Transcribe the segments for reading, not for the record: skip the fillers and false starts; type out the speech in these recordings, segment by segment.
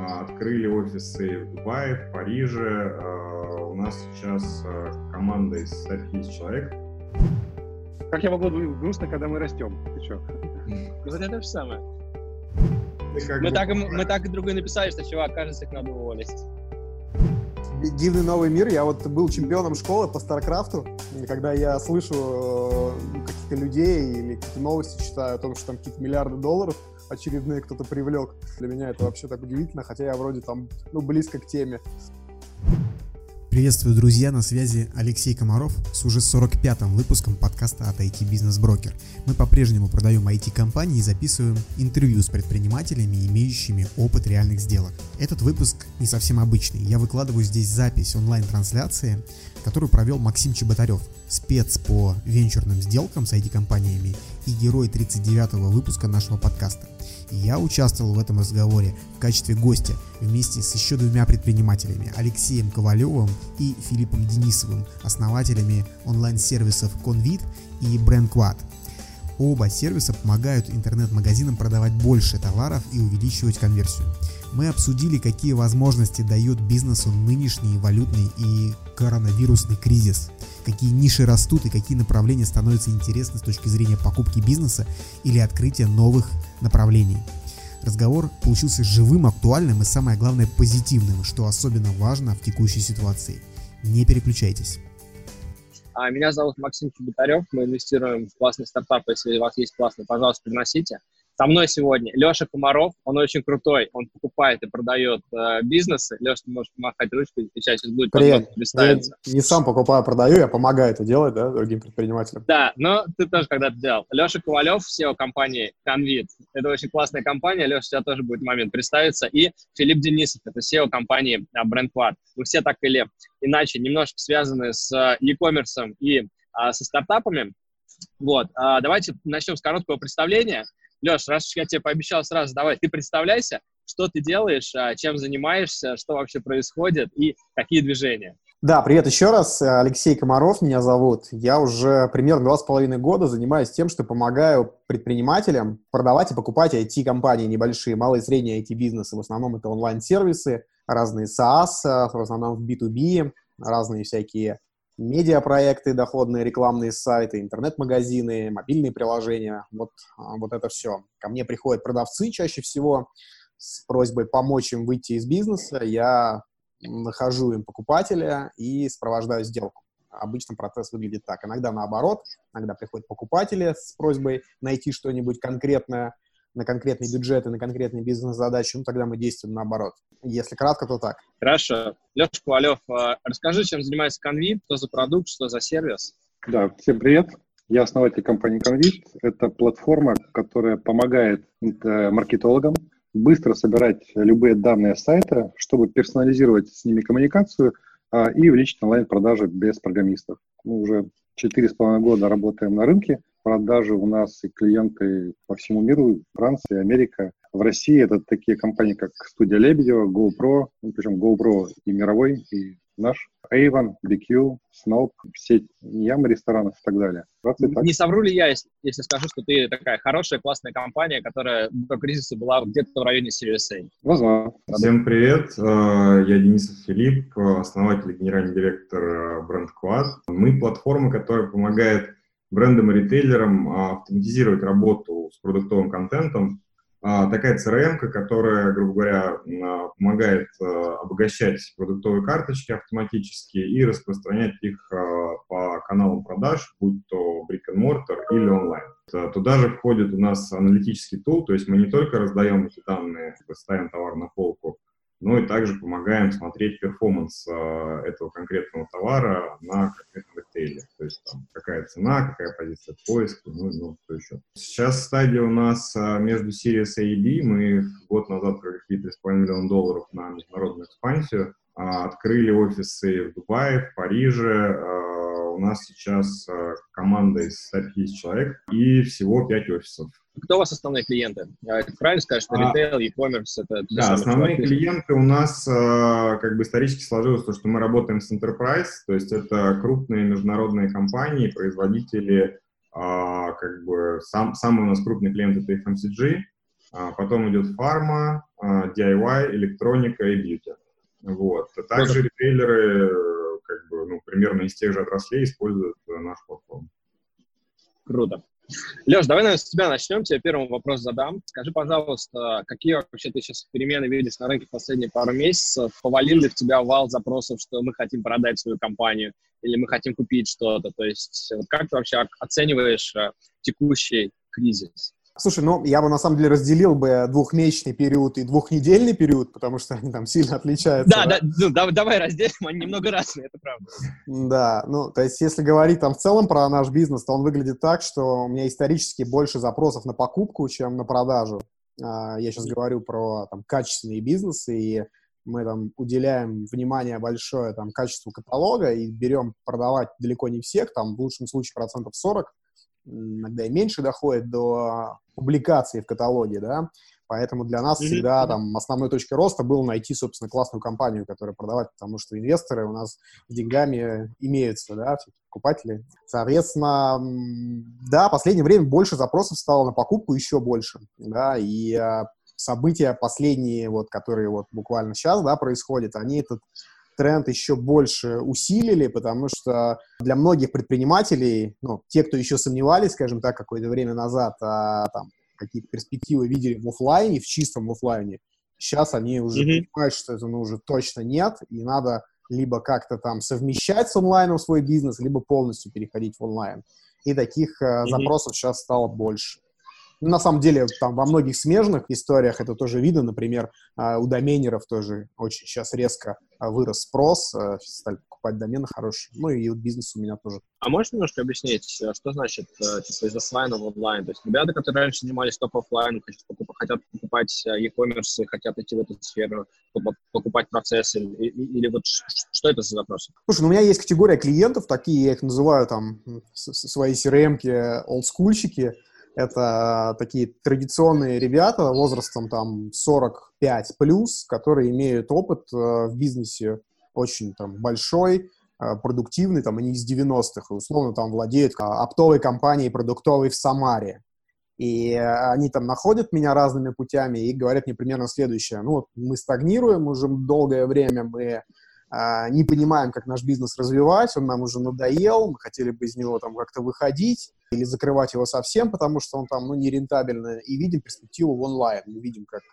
Открыли офисы в Дубае, в Париже. У нас сейчас команда из 150 человек. Как я могу быть грустно, когда мы растем? Ты что? Вот это же самое. Мы так и другой написали, что чувак, кажется, их надо уволить. Дивный новый мир. Я вот был чемпионом школы по Старкрафту. И когда я слышу каких-то людей или какие-то новости читаю о том, что там какие-то миллиарды долларов очередные кто-то привлек, для меня это вообще так удивительно, хотя я вроде там, близко к теме. Приветствую, друзья, на связи Алексей Комаров с уже 45-м выпуском подкаста от IT Business Broker. Мы по-прежнему продаем IT-компании и записываем интервью с предпринимателями, имеющими опыт реальных сделок. Этот выпуск не совсем обычный. Я выкладываю здесь запись онлайн-трансляции, которую провел Максим Чеботарев, спец по венчурным сделкам с IT-компаниями и герой 39-го выпуска нашего подкаста. Я участвовал в этом разговоре в качестве гостя вместе с еще двумя предпринимателями, Алексеем Ковалевым и Филиппом Денисовым, основателями онлайн-сервисов Convid и BrandQuad. Оба сервиса помогают интернет-магазинам продавать больше товаров и увеличивать конверсию. Мы обсудили, какие возможности дает бизнесу нынешний валютный и коронавирусный кризис, какие ниши растут и какие направления становятся интересны с точки зрения покупки бизнеса или открытия новых направлений. Разговор получился живым, актуальным и, самое главное, позитивным, что особенно важно в текущей ситуации. Не переключайтесь. Меня зовут Максим Чеботарев, мы инвестируем в классные стартапы. Если у вас есть классные, пожалуйста, приносите. Со мной сегодня Леша Комаров, он очень крутой, он покупает и продает бизнесы. Леша, ты можешь помахать ручкой, сейчас будет Привет. представиться. Я не сам покупаю, продаю, я помогаю это делать, да, другим предпринимателям. Да, но ты тоже когда-то делал. Леша Ковалев, SEO компании Convid. Это очень классная компания, Леша, у тебя тоже будет момент представиться. И Филипп Денисов, это SEO компании BrandQuad. Мы все так или иначе немножко связаны с e-commerce и со стартапами. Вот, давайте начнем с короткого представления. Леш, раз я тебе пообещал сразу, давай, ты представляйся, что ты делаешь, чем занимаешься, что вообще происходит и какие движения. Да, привет еще раз. Алексей Комаров меня зовут. Я уже примерно 2,5 года занимаюсь тем, что помогаю предпринимателям продавать и покупать IT-компании небольшие, малые и средние IT-бизнесы. В основном это онлайн-сервисы, разные SaaS, в основном в B2B, разные всякие медиапроекты, доходные рекламные сайты, интернет-магазины, мобильные приложения, вот это все. Ко мне приходят продавцы чаще всего с просьбой помочь им выйти из бизнеса. Я нахожу им покупателя и сопровождаю сделку. Обычно процесс выглядит так. Иногда наоборот, иногда приходят покупатели с просьбой найти что-нибудь конкретное, на конкретный бюджет и на конкретные бизнес-задачи, тогда мы действуем наоборот. Если кратко, то так. Хорошо. Леша Ковалев, расскажи, чем занимается Convid, что за продукт, что за сервис? Да, всем привет. Я основатель компании Convid. Это платформа, которая помогает маркетологам быстро собирать любые данные сайта, чтобы персонализировать с ними коммуникацию и увеличить онлайн-продажи без программистов. Мы уже 4,5 года работаем на рынке. Продажи у нас и клиенты по всему миру, Франция, Америка. В России это такие компании, как студия Лебедева, GoPro, причем GoPro и мировой, и наш, Avon, BQ, Snoop, сеть Ямы ресторанов и так далее. Не совру ли я, если скажу, что ты такая хорошая, классная компания, которая до кризиса была где-то в районе Series A? Возможно. Всем привет, я Денисов Филипп, основатель и генеральный директор BrandQuad. Мы платформа, которая помогает брендам и ритейлерам автоматизировать работу с продуктовым контентом. Такая CRM-ка, которая, грубо говоря, помогает обогащать продуктовые карточки автоматически и распространять их по каналам продаж, будь то brick-and-mortar или онлайн. Туда же входит у нас аналитический тул, то есть мы не только раздаем эти данные, ставим товар на полку, но и также помогаем смотреть перформанс этого конкретного товара на конкретном ритейле. То есть там какая цена, какая позиция поиска, ну что еще. Сейчас стадия у нас между Series A и B. Мы год назад привлекли $3,5 миллиона на международную экспансию. Открыли офисы в Дубае, в Париже. У нас сейчас команда из 150 человек и всего 5 офисов. Кто у вас основные клиенты? Правильно скажешь, что ритейл, e-commerce, это... Да, основные клиенты у нас исторически сложилось то, что мы работаем с Enterprise, то есть это крупные международные компании, производители, самый у нас крупный клиент это FMCG, Потом идет фарма, DIY, электроника и бьюти. Вот. А также ритейлеры примерно из тех же отраслей используют нашу платформу. Круто. Леш, давай, наверное, с тебя начнем. Тебе первый вопрос задам. Скажи, пожалуйста, какие вообще ты сейчас перемены видишь на рынке в последние пару месяцев? Повалил ли в тебя вал запросов, что мы хотим продать свою компанию или мы хотим купить что-то? То есть как ты вообще оцениваешь текущий кризис? Слушай, я бы на самом деле разделил бы двухмесячный период и двухнедельный период, потому что они там сильно отличаются. Да, давай разделим, они немного разные, это правда. Да, то есть если говорить там в целом про наш бизнес, то он выглядит так, что у меня исторически больше запросов на покупку, чем на продажу. Я сейчас говорю про там качественные бизнесы, и мы там уделяем внимание большое там качеству каталога и берем продавать далеко не всех, там в лучшем случае 40%, иногда и меньше доходит до публикации в каталоге, да, поэтому для нас всегда там основной точкой роста было найти, собственно, классную компанию, которую продавать, потому что инвесторы у нас с деньгами имеются, да, покупатели. Соответственно, да, в последнее время больше запросов стало на покупку, еще больше, да, и события последние, которые буквально сейчас, да, происходят, они этот тренд еще больше усилили, потому что для многих предпринимателей, те, кто еще сомневались, скажем так, какое-то время назад, там какие-то перспективы видели в офлайне, в чистом офлайне, сейчас они уже понимают, что это уже точно нет, и надо либо как-то там совмещать с онлайном свой бизнес, либо полностью переходить в онлайн. И таких запросов сейчас стало больше. На самом деле, там во многих смежных историях это тоже видно. Например, у доменеров тоже очень сейчас резко вырос спрос, стали покупать домены хорошие. И бизнес у меня тоже. А можешь немножко объяснить, что значит из офлайна в онлайн? То есть ребята, которые раньше занимались только офлайном, хотят покупать e-commerce, хотят идти в эту сферу, покупать процессы, или что это за запросы? Слушай, у меня есть категория клиентов, такие, я их называю там, свои CRM-ки, олдскульщики. Это такие традиционные ребята возрастом там 45+, которые имеют опыт в бизнесе очень там большой, продуктивный, там они из 90-х, и условно там владеют оптовой компанией продуктовой в Самаре. И они там находят меня разными путями и говорят мне примерно следующее. Мы стагнируем уже долгое время, мы не понимаем, как наш бизнес развивать, он нам уже надоел, мы хотели бы из него там как-то выходить или закрывать его совсем, потому что он там, нерентабельный, и видим перспективу в онлайн. Мы видим, как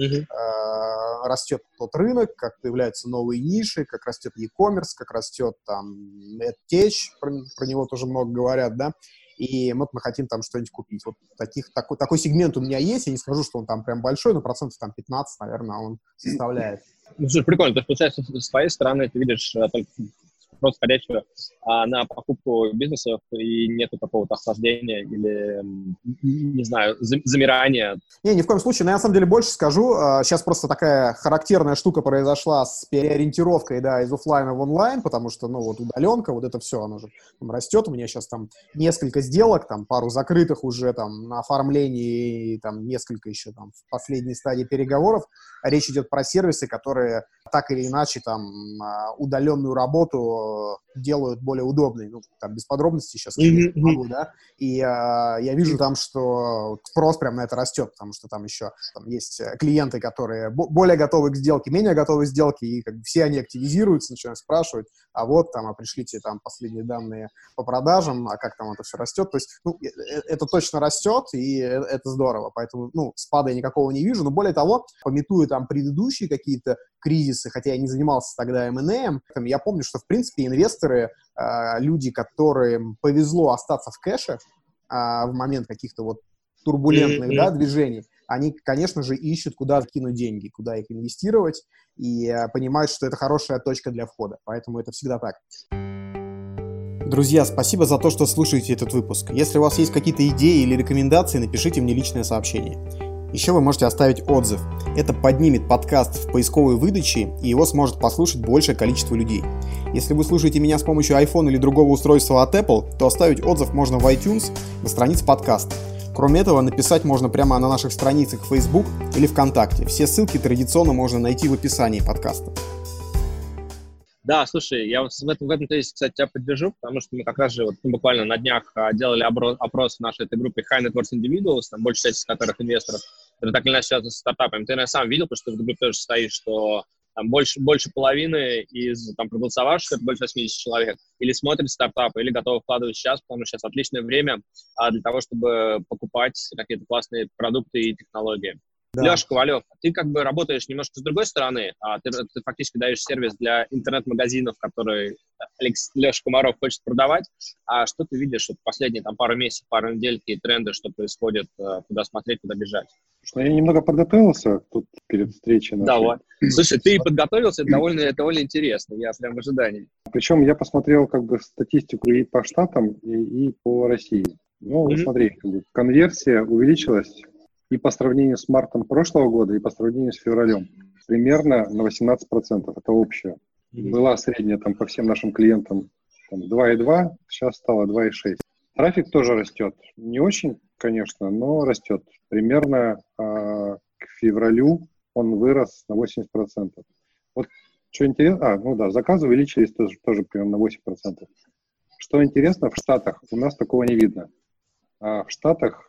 растет тот рынок, как появляются новые ниши, как растет e-commerce, как растет там EdTech, про него тоже много говорят, да, и мы хотим там что-нибудь купить. Такой сегмент у меня есть, я не скажу, что он там прям большой, но процентов там 15, наверное, он составляет. Слушай, прикольно, то есть, получается, с твоей стороны ты видишь только спрос входящего на покупку бизнесов, и нету какого-то охлаждения или, не знаю, замирания? Ни в коем случае. Но я на самом деле больше скажу. Сейчас просто такая характерная штука произошла с переориентировкой, да, из офлайна в онлайн, потому что, удаленка, это все, оно же там растет. У меня сейчас там несколько сделок, там пару закрытых уже там на оформлении, и там несколько еще там в последней стадии переговоров. Речь идет про сервисы, которые так или иначе там удаленную работу делают более удобной. Там без подробностей сейчас не могу, да. И я вижу там, что спрос прям на это растет, потому что там еще есть клиенты, которые более готовы к сделке, менее готовы к сделке, и все они активизируются, начинают спрашивать, а пришлите там последние данные по продажам, а как там это все растет. То есть, это точно растет, и это здорово. Поэтому, спада я никакого не вижу. Но более того, памятуя там предыдущие какие-то кризисы, хотя я не занимался тогда M&A, я помню, что, в принципе, инвесторы, люди, которым повезло остаться в кэше в момент каких-то турбулентных движений, они, конечно же, ищут, куда кинуть деньги, куда их инвестировать, и понимают, что это хорошая точка для входа. Поэтому это всегда так. Друзья, спасибо за то, что слушаете этот выпуск. Если у вас есть какие-то идеи или рекомендации, напишите мне личное сообщение. Еще вы можете оставить отзыв. Это поднимет подкаст в поисковой выдаче, и его сможет послушать большее количество людей. Если вы слушаете меня с помощью iPhone или другого устройства от Apple, то оставить отзыв можно в iTunes на странице подкаста. Кроме этого, написать можно прямо на наших страницах в Facebook или ВКонтакте. Все ссылки традиционно можно найти в описании подкаста. Да, слушай, я в этом тезисе, кстати, тебя поддержу, потому что мы как раз же буквально на днях делали опрос в нашей этой группе High Net Worth Individuals, там большая часть из которых инвесторов, это так или иначе связано с стартапами. Ты, наверное, сам видел, потому что ты в группе тоже стоишь, что там больше половины из там проголосовавших, это больше 80 человек, или смотрят стартапы, или готовы вкладывать сейчас, потому что сейчас отличное время для того, чтобы покупать какие-то классные продукты и технологии. Да. Леша Ковалев, ты как бы работаешь немножко с другой стороны, ты фактически даешь сервис для интернет-магазинов, которые Леша Комаров хочет продавать. А что ты видишь вот последние там, пару месяцев, пару недель, какие тренды, что происходит, куда смотреть, куда бежать? Что я немного подготовился тут перед встречей. Давай. Слушай, ты подготовился, это довольно интересно, я прям в ожидании. Причем я посмотрел как бы статистику и по штатам, и по России. Ну, смотри, как бы, конверсия увеличилась и по сравнению с мартом прошлого года, и по сравнению с февралем. Примерно на 18%. Это общее. Была средняя там по всем нашим клиентам там, 2,2, сейчас стало 2,6. Трафик тоже растет. Не очень, конечно, но растет. Примерно к февралю он вырос на 80%. Вот что интересно, заказы увеличились тоже примерно на 8%. Что интересно, в Штатах у нас такого не видно. В Штатах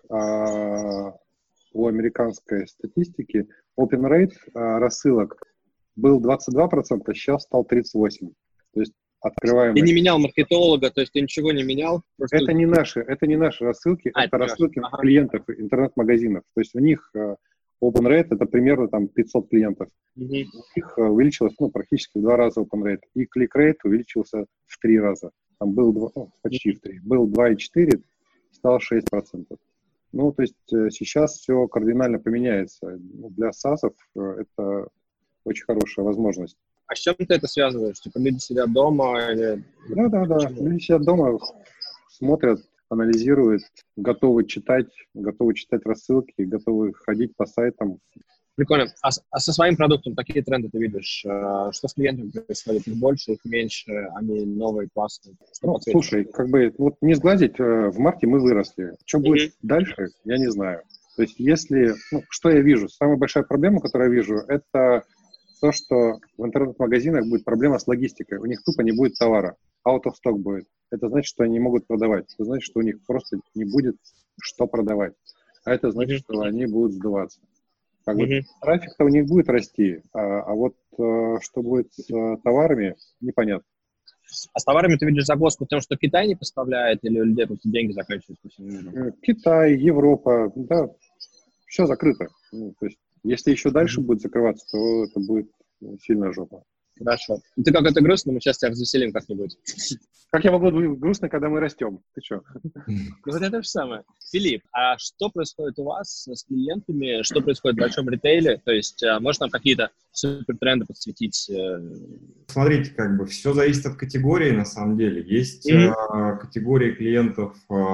по американской статистике open rate рассылок был 22%, сейчас стал 38%. То есть открываемость. Ты не менял маркетолога, то есть ты ничего не менял? Просто... Это не наши рассылки, это рассылки клиентов интернет-магазинов. То есть у них open rate это примерно там 500 клиентов. У них увеличилось практически в 2 раза open rate. И click rate увеличился в 3 раза. Там был почти в 3. Был 2,4, стал 6%. Ну, то есть сейчас все кардинально поменяется. Для САСов это очень хорошая возможность. А с чем ты это связываешь? Типа люди сидят дома? Или... Да. Люди сидят дома, смотрят, анализируют, готовы читать рассылки, готовы ходить по сайтам. Прикольно. А со своим продуктом какие тренды ты видишь? Что с клиентами происходит? Их больше, их меньше? Они новые, классные? Слушай, как бы не сглазить, в марте мы выросли. Что будет дальше, я не знаю. То есть если... что я вижу? Самая большая проблема, которую я вижу, это то, что в интернет-магазинах будет проблема с логистикой. У них тупо не будет товара. Out of stock будет. Это значит, что они не могут продавать. Это значит, что у них просто не будет что продавать. А это значит, что они будут сдуваться. Как бы трафик-то у них будет расти, а вот что будет с товарами, непонятно. А с товарами ты видишь загвоздку в том, что Китай не поставляет, или у людей просто деньги заканчиваются по всему миру? Китай, Европа, да, все закрыто. То есть, если еще дальше будет закрываться, то это будет сильная жопа. Хорошо. Ты как это грустно, мы сейчас тебя развеселим как-нибудь. Как я могу быть грустно, когда мы растем? Ты что? Вот это же самое. Филипп, а что происходит у вас с клиентами? Что происходит в большом ритейле? То есть, может, нам какие-то супертренды подсветить? Смотрите, как бы все зависит от категории, на самом деле. Есть категории клиентов,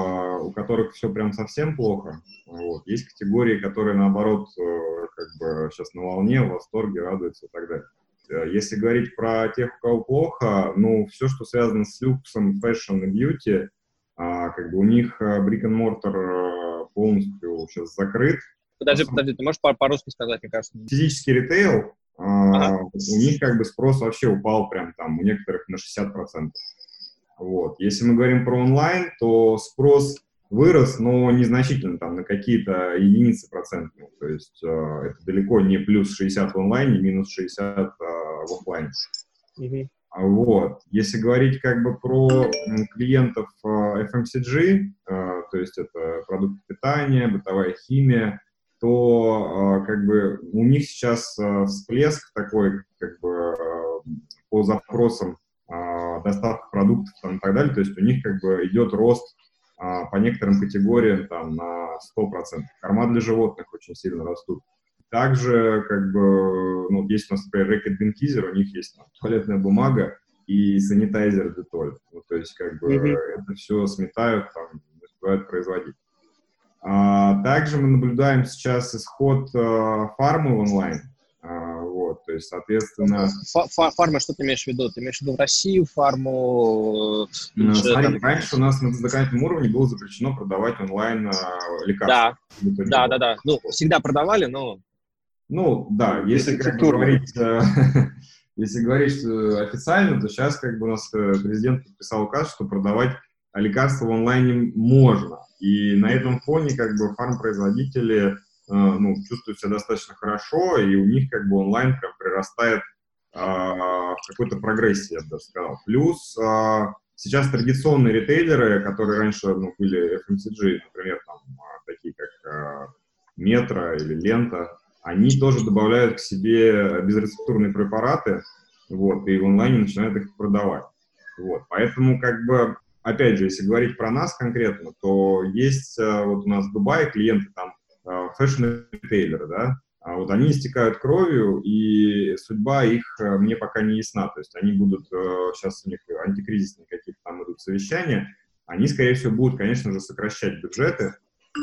у которых все прям совсем плохо. Вот. Есть категории, которые, наоборот, как бы сейчас на волне, в восторге, радуются и так далее. Если говорить про тех, у кого плохо, все, что связано с люксом, фэшн и бьюти, как бы у них brick-and-mortar полностью сейчас закрыт. Подожди, ты можешь по-русски сказать, мне кажется? Физический ритейл, у них как бы спрос вообще упал прям там у некоторых на 60%. Вот. Если мы говорим про онлайн, то спрос вырос, но незначительно, там, на какие-то единицы процентные. То есть это далеко не плюс 60 в онлайне, минус 60 в офлайне. Вот. Если говорить как бы про клиентов FMCG, то есть это продукты питания, бытовая химия, то как бы у них сейчас всплеск такой как бы по запросам доставки продуктов там, и так далее. То есть у них как бы идет рост по некоторым категориям там, на 100%. Корма для животных очень сильно растут. Также, как бы, есть у нас, например, Reckitt Benckiser, у них есть там, туалетная бумага и санитайзер Dettol. То есть, как бы, это все сметают, там, не успевают производить. Также мы наблюдаем сейчас исход фармы в онлайн. Вот, то есть, соответственно... Фарма, что ты имеешь в виду? Ты имеешь в виду в Россию фарму? Смотри, раньше у нас на законодательном уровне было запрещено продавать онлайн лекарства. Да. Всегда продавали, но... Если как бы говорить... Если говорить официально, то сейчас как бы у нас президент подписал указ, что продавать лекарства в онлайне можно. И на этом фоне как бы фармпроизводители чувствуют себя достаточно хорошо, и у них как бы онлайн прям прирастает в какой-то прогрессии, я бы даже сказал. Плюс сейчас традиционные ритейлеры, которые раньше были FMCG, например, там, такие как Метро или Лента, они тоже добавляют к себе безрецептурные препараты, вот, и в онлайне начинают их продавать. Вот, поэтому, как бы, опять же, если говорить про нас конкретно, то есть вот у нас в Дубае клиенты там фэшн-ритейлеры, да, а вот они истекают кровью, и судьба их мне пока не ясна. То есть они будут, сейчас у них антикризисные какие-то там идут совещания, они, скорее всего, будут, конечно же, сокращать бюджеты.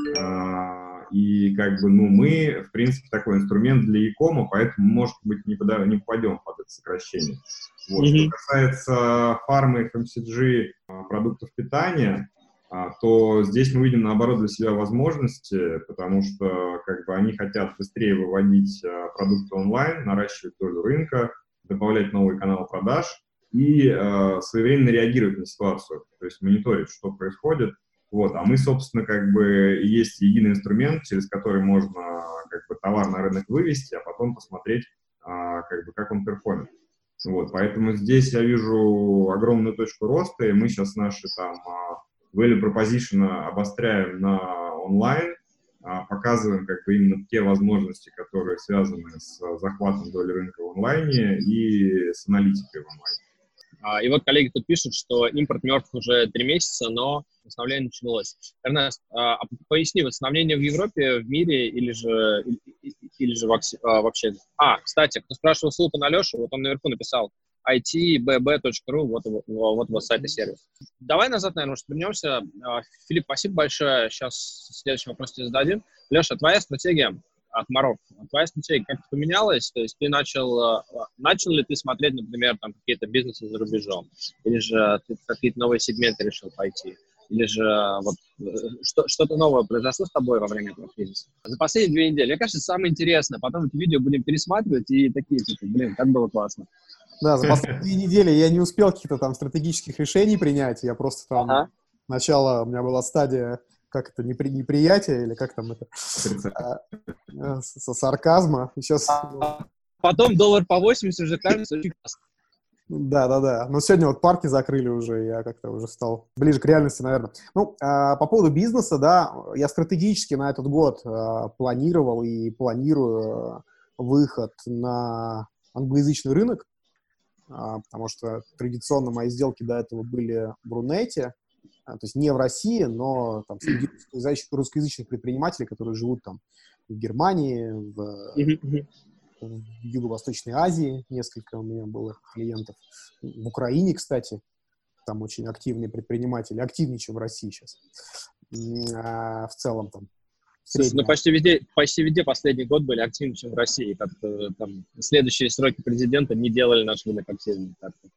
И как бы, мы, в принципе, такой инструмент для e-кома, поэтому, может быть, не попадем под это сокращение. Вот. Что касается фармы, FMCG, продуктов питания, то здесь мы видим, наоборот, для себя возможности, потому что как бы они хотят быстрее выводить продукты онлайн, наращивать долю рынка, добавлять новые каналы продаж и своевременно реагировать на ситуацию, то есть мониторить, что происходит. Вот, а мы, собственно, как бы есть единый инструмент, через который можно как бы товар на рынок вывести, а потом посмотреть, как бы, как он перформит. Вот, поэтому здесь я вижу огромную точку роста, и мы сейчас наши там value proposition обостряем на онлайн, показываем как бы именно те возможности, которые связаны с захватом доли рынка в онлайне и с аналитикой в онлайне. И вот коллеги тут пишут, что импорт мертв уже 3 месяца, но восстановление началось. Эрнест, поясни, восстановление в Европе, в мире или же вообще? Кстати, кто спрашивал ссылку на Лешу, вот он наверху написал itbb.ru, вот его сайт и сервис. Давай назад, наверное, вернемся. Филипп, спасибо большое. Сейчас следующий вопрос тебе зададим. Леша, твоя стратегия от Маров, твоя стратегия как-то поменялась? То есть ты начал ли ты смотреть, например, там какие-то бизнесы за рубежом? Или же ты какие-то новые сегменты решил пойти? Или же вот что-то новое произошло с тобой во время этого кризиса? За последние 2 недели, мне кажется, самое интересное. Потом это видео будем пересматривать и такие, как было классно. Да, за последние 2 недели я не успел каких-то там стратегических решений принять. Я просто там... Сначала у меня была стадия, как это, неприятия, или как там это, со сарказма. Сейчас... Потом $1 по 80 уже кажется очень классно. Да. Но сегодня вот парки закрыли уже, я как-то уже стал ближе к реальности, наверное. По поводу бизнеса, да, я стратегически на этот год планировал и планирую выход на англоязычный рынок, потому что традиционно мои сделки до этого были в Рунете, то есть не в России, но там среди русскоязычных предпринимателей, которые живут там в Германии, в Юго-Восточной Азии, несколько у меня было клиентов, в Украине, кстати, там очень активные предприниматели, активнее, чем в России сейчас, в целом там. Слушай, почти везде последний год были активнее, чем в России, как-то там следующие сроки президента не делали наш рынок активным.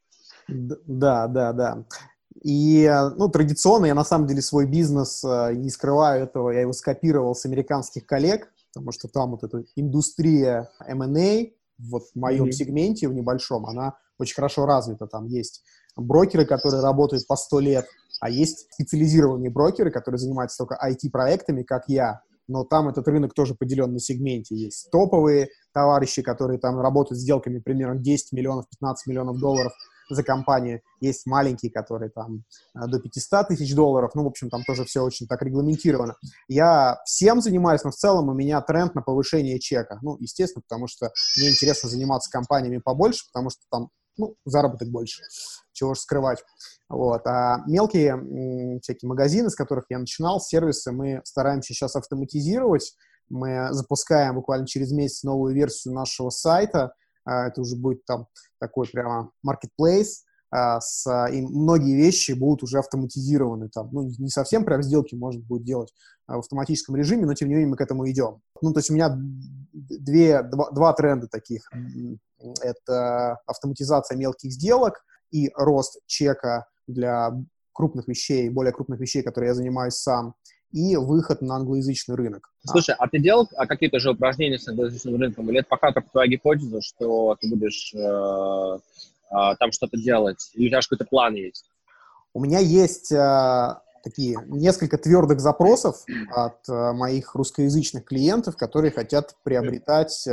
Да. И, традиционно я, на самом деле, свой бизнес, не скрываю этого, я его скопировал с американских коллег, потому что там вот эта индустрия M&A, вот в моем сегменте, в небольшом, она очень хорошо развита. Там есть брокеры, которые работают по 100 лет, а есть специализированные брокеры, которые занимаются только IT-проектами, как я. Но там этот рынок тоже поделен на сегменте. Есть топовые товарищи, которые там работают сделками примерно 10 миллионов, 15 миллионов долларов за компанию. Есть маленькие, которые там до 500 тысяч долларов. В общем, там тоже все очень так регламентировано. Я всем занимаюсь, но в целом у меня тренд на повышение чека. Естественно, потому что мне интересно заниматься компаниями побольше, потому что там, заработок больше. Чего ж скрывать. Вот. А мелкие всякие магазины, с которых я начинал, сервисы, мы стараемся сейчас автоматизировать. Мы запускаем буквально через месяц новую версию нашего сайта. Это уже будет там такой прямо marketplace, и многие вещи будут уже автоматизированы. Там, не совсем прям сделки можно будет делать в автоматическом режиме, но тем не менее мы к этому идем. То есть у меня два тренда таких. Это автоматизация мелких сделок и рост чека для крупных вещей, более крупных вещей, которые я занимаюсь сам, и выход на англоязычный рынок. Слушай, а ты делал какие-то же упражнения с англоязычным рынком? Или это пока только твоя гипотеза, что ты будешь там что-то делать? Или у тебя какой-то план есть? У меня есть такие несколько твердых запросов от моих русскоязычных клиентов, которые хотят приобретать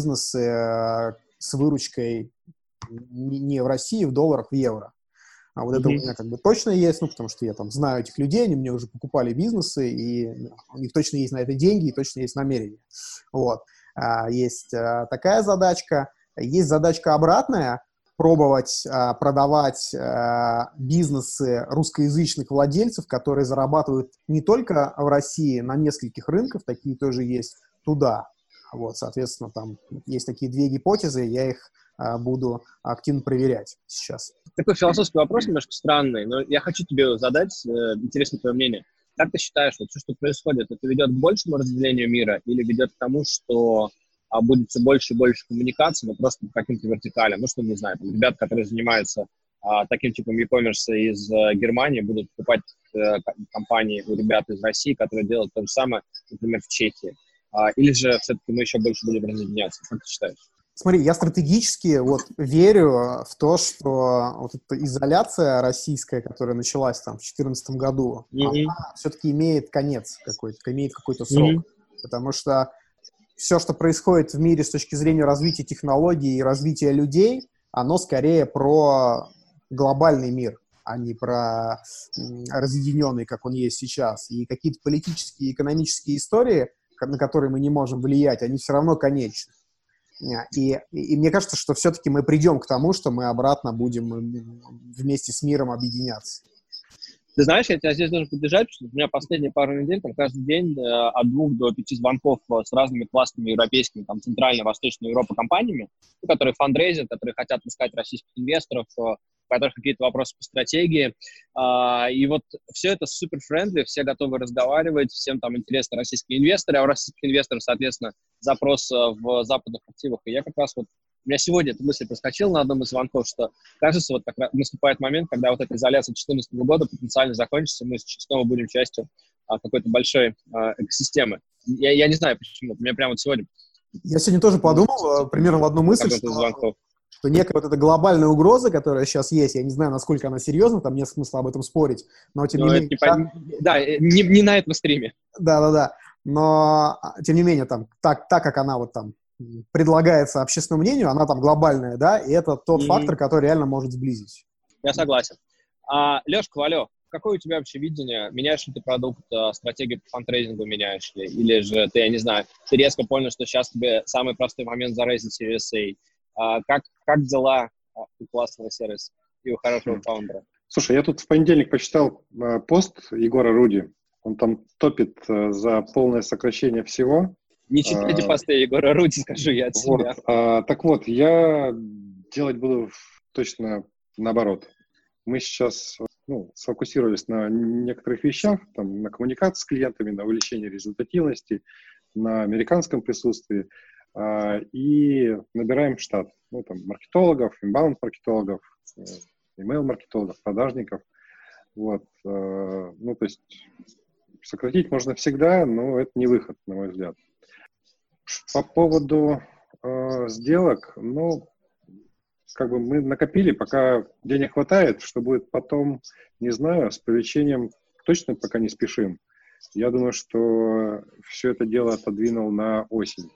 бизнесы с выручкой не в России, в долларах, в евро. А вот это у меня как бы точно есть, ну, потому что я там знаю этих людей, они мне уже покупали бизнесы, и у них точно есть на это деньги, и точно есть намерения. Вот. Есть такая задачка. Есть задачка обратная, пробовать продавать бизнесы русскоязычных владельцев, которые зарабатывают не только в России, на нескольких рынках, такие тоже есть, туда. Вот, соответственно, там есть такие две гипотезы, я их буду активно проверять сейчас. Такой философский вопрос немножко странный, но я хочу тебе задать, интересно твое мнение. Как ты считаешь, вот все, что происходит, это ведет к большему разделению мира или ведет к тому, что будет все больше и больше коммуникаций, но просто по каким-то вертикалям? Ну, что, не знаю, там, ребята, которые занимаются таким типом e-commerce из Германии, будут покупать компании у ребят из России, которые делают то же самое, например, в Чехии. Или же все-таки мы еще больше будем разъединяться? Как ты считаешь? Смотри, я стратегически вот верю в то, что вот эта изоляция российская, которая началась там в 2014 году, она все-таки имеет конец какой-то, имеет какой-то срок. Потому что все, что происходит в мире с точки зрения развития технологий и развития людей, оно скорее про глобальный мир, а не про разъединенный, как он есть сейчас. И какие-то политические и экономические истории, на которые мы не можем влиять, они все равно конечны. И мне кажется, что все-таки мы придем к тому, что мы обратно будем вместе с миром объединяться. Ты знаешь, я тебя здесь должен поддержать, потому что у меня последние пару недель, там, каждый день от 2 до 5 звонков с разными классными европейскими, там, Центральной, Восточной Европы компаниями, которые фандрейзят, которые хотят искать российских инвесторов, у которых какие-то вопросы по стратегии. И вот все это супер-френдли, все готовы разговаривать, всем там интересны российские инвесторы, а у российских инвесторов, соответственно, запрос в западных активах. И я как раз вот, у меня сегодня эта мысль проскочила на одном из звонков, что, кажется, вот как раз наступает момент, когда вот эта изоляция 2014 года потенциально закончится, и мы снова будем частью какой-то большой экосистемы. Я не знаю, почему. У меня прямо вот сегодня... Я сегодня тоже подумал примерно в одну мысль, что некая вот эта глобальная угроза, которая сейчас есть, я не знаю, насколько она серьезна, там нет смысла об этом спорить, но тем не менее... Да, не на этом стриме. Да. Но, тем не менее, там, так как она вот там предлагается общественному мнению, она там глобальная, да, и это тот фактор, который реально может сблизить. Я согласен. Леш Ковалев, какое у тебя вообще видение? Меняешь ли ты продукт, стратегию по фандрейзингу меняешь ли? Или же ты, я не знаю, ты резко понял, что сейчас тебе самый простой момент зарейзить Series A? Как дела у классного сервиса и у хорошего фаундера? Слушай, я тут в понедельник почитал пост Егора Руди. Он там топит за полное сокращение всего. Не читайте посты Егора Руди, скажу я от себя. Так вот, я делать буду точно наоборот. Мы сейчас сфокусировались на некоторых вещах, там, на коммуникации с клиентами, на увеличении результативности, на американском присутствии. И набираем штат. Там, маркетологов, инбаунд-маркетологов, email-маркетологов, продажников. Вот. То есть сократить можно всегда, но это не выход, на мой взгляд. По поводу сделок, как бы мы накопили, пока денег хватает, что будет потом, не знаю, с привлечением точно пока не спешим. Я думаю, что все это дело отодвинул на осень.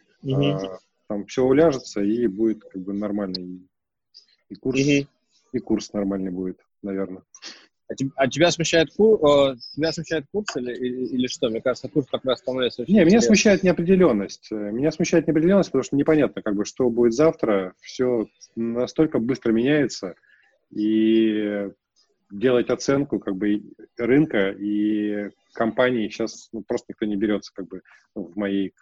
Там все уляжется и будет как бы нормальный и курс нормальный будет, наверное. А тебя смущает курс или что? Мне кажется, курс как раз становится очень интересным. Меня смущает неопределенность. Меня смущает неопределенность, потому что непонятно, как бы, что будет завтра. Все настолько быстро меняется. И делать оценку как бы рынка и компании сейчас просто никто не берется как бы, в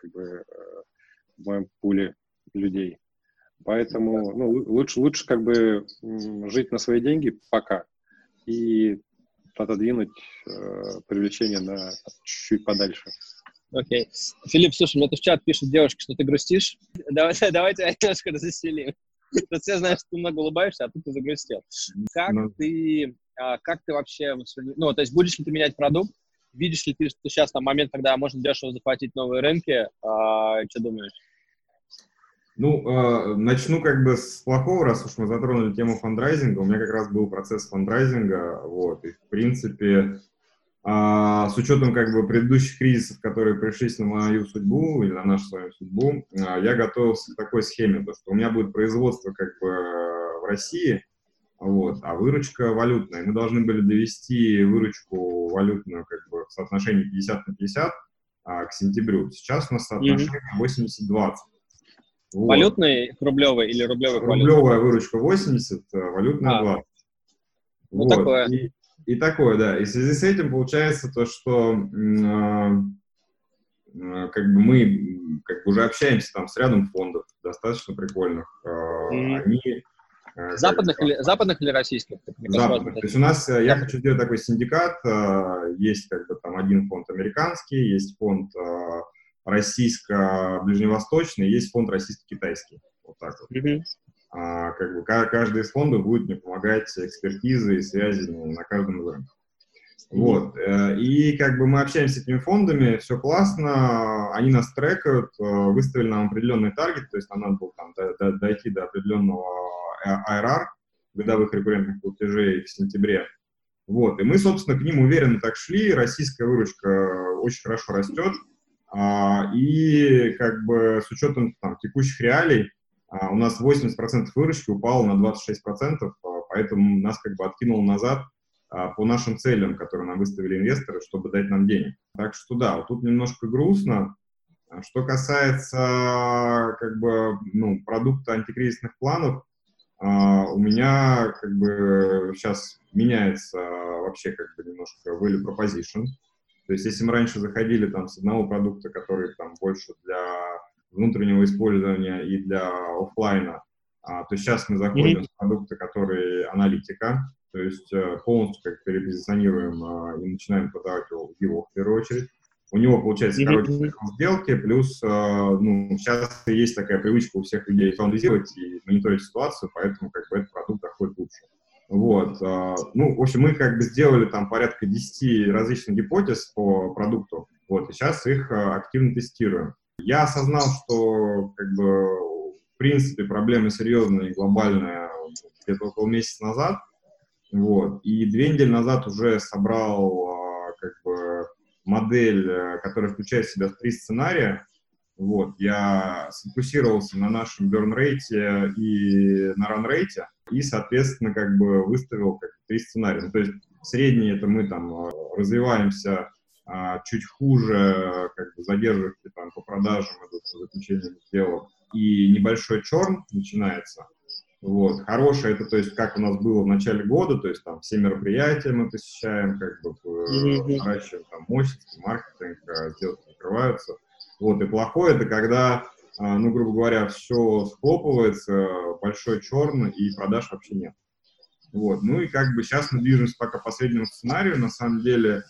моем пуле людей. Поэтому лучше как бы жить на свои деньги пока. И отодвинуть привлечение на чуть-чуть подальше. Окей. Филипп, слушай, мне тут в чат пишут девушки, что ты грустишь. Давайте я немножко развеселим. Все знают, что ты много улыбаешься, а тут ты загрустил. Как ты вообще... то есть будешь ли ты менять продукт? Видишь ли ты, что сейчас там момент, когда можно дешево захватить новые рынки? Что думаешь? Начну как бы с плохого, раз уж мы затронули тему фандрайзинга. У меня как раз был процесс фандрайзинга, и в принципе С учетом как бы предыдущих кризисов, которые пришлись на мою судьбу или на нашу с вами судьбу, я готовился к такой схеме, то, что у меня будет производство как бы в России, вот, а выручка валютная. Мы должны были довести выручку валютную как бы в соотношении 50/50 к сентябрю. Сейчас у нас соотношение 80/20. Вот. Валютный рублевый или рублевый к валютный? Рублевая выручка 80, валютная 20. Ну, вот. такое. И такое, да. И в связи с этим получается то, что как бы мы как бы уже общаемся там с рядом фондов достаточно прикольных. Они западных или российских? Западных. То есть у нас, я хочу сделать такой синдикат, есть как бы там один фонд американский, есть фонд российско-ближневосточный, есть фонд российско-китайский. Вот так вот. Как бы каждый из фондов будет мне помогать экспертизой и связи на каждом из рынков. Вот. И как бы мы общаемся с этими фондами, все классно, они нас трекают, выставили нам определенный таргет, то есть нам надо было там дойти до определенного IRR, годовых рекуррентных платежей в сентябре. Вот. И мы, собственно, к ним уверенно так шли, российская выручка очень хорошо растет, и как бы с учетом там текущих реалий у нас 80% выручки упало на 26%, поэтому нас как бы откинуло назад по нашим целям, которые нам выставили инвесторы, чтобы дать нам денег. Так что да, вот тут немножко грустно. Что касается как бы, продукта антикризисных планов, у меня как бы сейчас меняется вообще как бы немножко value proposition. То есть если мы раньше заходили там с одного продукта, который там больше для внутреннего использования и для офлайна, то сейчас мы заходим с продукта, который аналитика, то есть полностью как перепозиционируем и начинаем продавать его в первую очередь. У него получается короче сделки, плюс сейчас есть такая привычка у всех людей анализировать и мониторить ситуацию, поэтому как бы этот продукт доходит лучше. Вот. В общем, мы как бы сделали там порядка 10 различных гипотез по продукту, вот, и сейчас их активно тестируем. Я осознал, что как бы в принципе проблема серьезная и глобальная где-то около месяца назад, вот, и 2 недели назад уже собрал как бы модель, которая включает в себя 3 сценария. Вот, я сфокусировался на нашем burn rate и на run rate, и, соответственно, как бы выставил как 3 сценария. То есть средний — это мы там развиваемся чуть хуже, как бы задерживки там по продажам идут по заключениям сделок, и небольшой черн начинается. Вот. Хорошее — это, то есть, как у нас было в начале года, то есть, там, все мероприятия мы посещаем, как бы, наращиваем там мощность, маркетинг, сделки закрываются. Вот. И плохое — это когда, грубо говоря, все схлопывается, большой черн, и продаж вообще нет. Вот. Ну и как бы сейчас мы движемся пока по последнему сценарию. На самом деле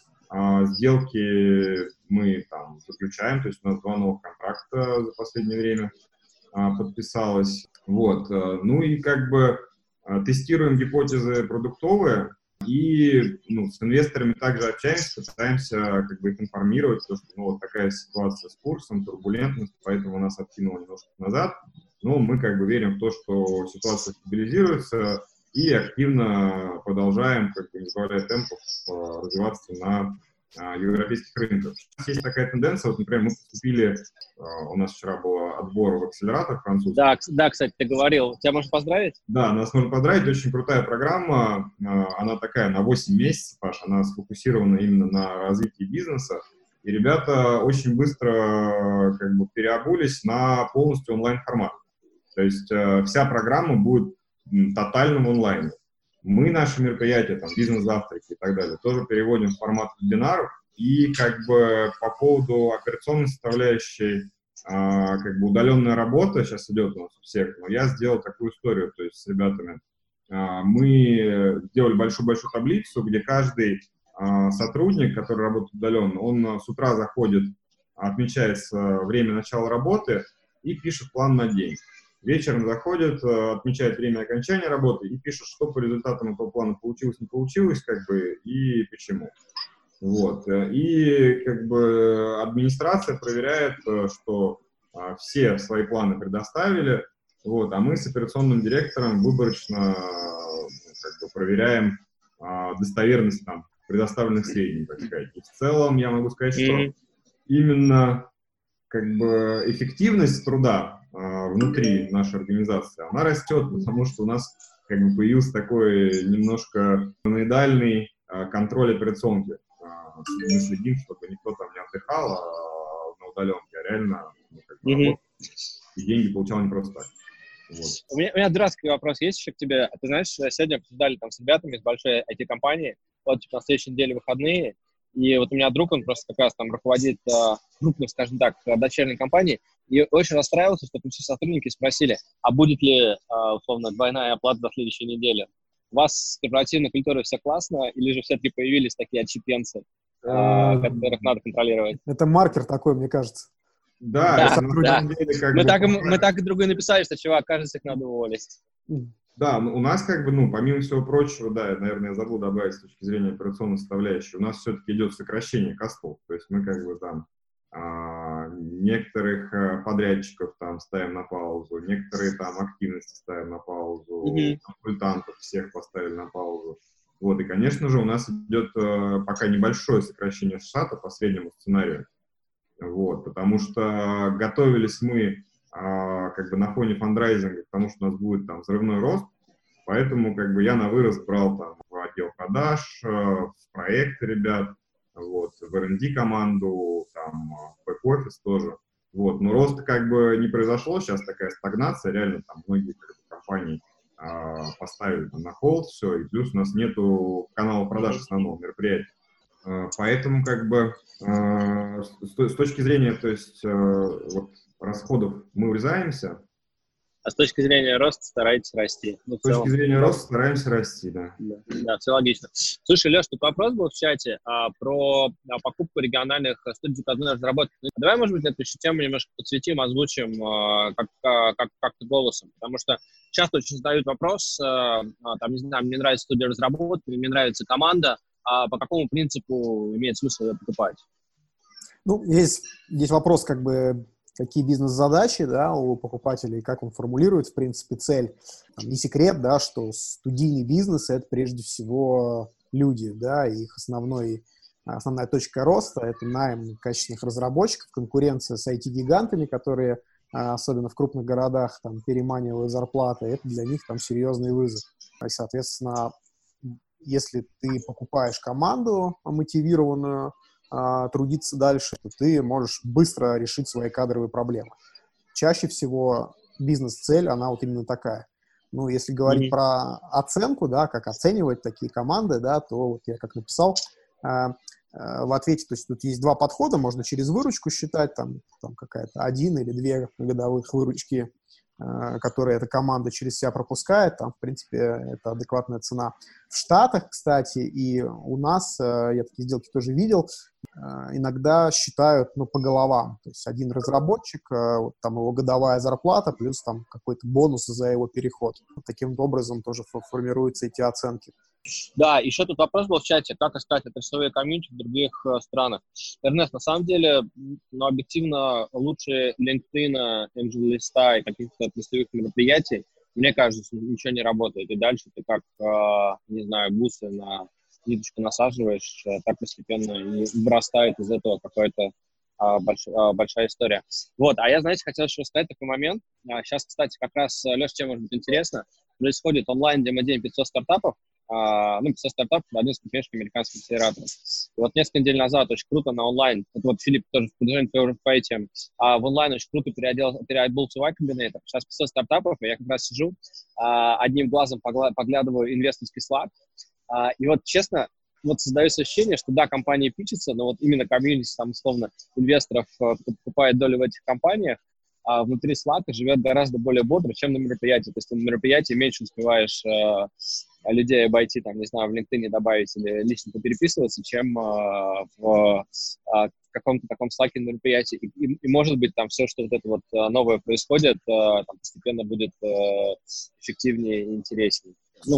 сделки мы там заключаем, то есть у нас 2 новых контракта за последнее время подписалось. Вот. Ну и как бы тестируем гипотезы продуктовые и с инвесторами также общаемся, пытаемся как бы их информировать, потому что вот такая ситуация с курсом, турбулентность, поэтому нас откинуло немножко назад. Но мы как бы верим в то, что ситуация стабилизируется, и активно продолжаем, как бы не сбавляя темпов, развиваться на европейских рынках. Сейчас есть такая тенденция, вот, например, мы поступили, у нас вчера был отбор в акселератор французский. Да, кстати, ты говорил. Тебя можно поздравить? Да, нас можно поздравить. Очень крутая программа. Она такая на 8 месяцев, Паш. Она сфокусирована именно на развитии бизнеса. И ребята очень быстро как бы переобулись на полностью онлайн-формат. То есть вся программа будет тотально в онлайне. Мы наши мероприятия, там, бизнес-завтраки и так далее, тоже переводим в формат вебинаров. И как бы по поводу операционной составляющей, как бы удаленная работа сейчас идет у нас у всех, но я сделал такую историю, то есть с ребятами. Мы сделали большую-большую таблицу, где каждый сотрудник, который работает удаленно, он с утра заходит, отмечается время начала работы и пишет план на день. Вечером заходит, отмечает время окончания работы и пишет, что по результатам этого плана получилось, не получилось, как бы, и почему. Вот. И как бы администрация проверяет, что все свои планы предоставили, вот, а мы с операционным директором выборочно как бы проверяем достоверность там предоставленных средним, так сказать. И в целом я могу сказать, что именно как бы эффективность труда внутри нашей организации, она растет, потому что у нас как бы появился такой немножко параноидальный контроль операционки. Мы следим, чтобы никто там не отдыхал на удаленке, а реально как бы работал, и деньги получал не просто так. Вот. У меня дурацкий вопрос есть еще к тебе. Ты знаешь, сегодня обсуждали там с ребятами из большой IT-компании, вот типа, на следующей неделе выходные, и вот у меня друг, он просто как раз там руководит крупной, скажем так, дочерней компанией, и очень расстраивался, что все сотрудники спросили, а будет ли, условно, двойная оплата до следующей недели? У вас с корпоративной культурой все классно, или же все-таки появились такие отщепенцы, которых надо контролировать? Это маркер такой, мне кажется. Да. Мы так и другой написали, что, чувак, кажется, их надо уволить. Да, у нас как бы, помимо всего прочего, да, наверное, я забыл добавить с точки зрения операционной составляющей, у нас все-таки идет сокращение костов, то есть мы как бы там некоторых подрядчиков там ставим на паузу, некоторые там активности ставим на паузу, консультантов всех поставили на паузу. Вот, и, конечно же, у нас идет пока небольшое сокращение штата по среднему сценарию. Вот, потому что готовились мы как бы на фоне фандрайзинга, потому что у нас будет там взрывной рост, поэтому как бы я на вырост брал там в отдел продаж, в проекты ребят, вот, в R&D команду, там, в бэк-офис тоже. Вот, но роста как бы не произошло, сейчас такая стагнация, реально там многие как бы, компании поставили там, на холд все, и плюс у нас нету канала продаж основного мероприятия. Поэтому как бы с точки зрения, то есть вот, расходов мы урезаемся. А с точки зрения роста стараетесь расти? С точки зрения роста стараемся расти, да. Да, все логично. Слушай, Леш, тут вопрос был в чате про покупку региональных студий заказной разработки. Давай, может быть, эту тему немножко подсветим, озвучим как-то голосом, потому что часто очень задают вопрос, там, не знаю, мне нравится студия разработки, мне нравится команда, а по какому принципу имеет смысл ее покупать? Ну, есть вопрос, как бы, какие бизнес-задачи, да, у покупателей, как он формулирует, в принципе, цель. Там, не секрет, да, что студийный бизнес – это прежде всего люди, да, и их основная точка роста – это найм качественных разработчиков, конкуренция с IT-гигантами, которые, особенно в крупных городах, там, переманивают зарплаты, это для них там серьезный вызов. И, соответственно, если ты покупаешь команду мотивированную, трудиться дальше, то ты можешь быстро решить свои кадровые проблемы. Чаще всего бизнес-цель, она вот именно такая. Ну, если говорить про оценку, да, как оценивать такие команды, да, то вот я как написал в ответе, то есть тут есть два подхода, можно через выручку считать, там какая-то 1 или 2 годовых выручки, которые эта команда через себя пропускает, там, в принципе, это адекватная цена. В Штатах, кстати, и у нас, я такие сделки тоже видел, иногда считают, по головам. То есть один разработчик, вот там его годовая зарплата, плюс там какой-то бонус за его переход. Вот таким образом тоже формируются эти оценки. Да, еще тут вопрос был в чате, как искать отраслевые комьюнити в других странах. Эрнест, на самом деле, объективно лучше LinkedIn, AngelList и каких-то отраслевых мероприятий, мне кажется, ничего не работает. И дальше ты как, не знаю, бусы на ниточку насаживаешь, так постепенно и вырастает из этого какая-то большая история. Вот, а я, знаете, хотел еще сказать такой момент. Сейчас, кстати, как раз, Леш, чем может быть интересно, происходит онлайн-демодень 500 стартапов, 500 стартапов – один из крупнейших американских акселераторов. И вот несколько недель назад очень круто на онлайн, это вот Филипп тоже в продолжении твоего по этим, в онлайн очень круто переобулся Y Combinator. Сейчас 500 стартапов, и я как раз сижу, одним глазом поглядываю инвесторский Slack, и вот честно, вот создается ощущение, что да, компания пичется, но вот именно комьюнити, там, условно, инвесторов покупает долю в этих компаниях, а внутри Slack живет гораздо более бодро, чем на мероприятии. То есть на мероприятии меньше успеваешь людей обойти, там, не знаю, в LinkedIn добавить или лично попереписываться, чем в каком-то таком Slack мероприятии. И может быть, там все, что вот это вот новое происходит, там постепенно будет эффективнее и интереснее.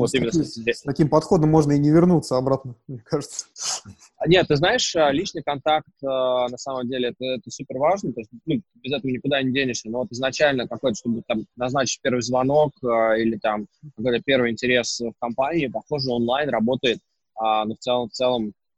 С таким подходом можно и не вернуться обратно, мне кажется. Нет, ты знаешь, личный контакт, на самом деле, это супер важно, то есть, без этого никуда не денешься, но вот изначально какой-то, чтобы там назначить первый звонок или там какой-то первый интерес в компании, похоже, онлайн работает, но в целом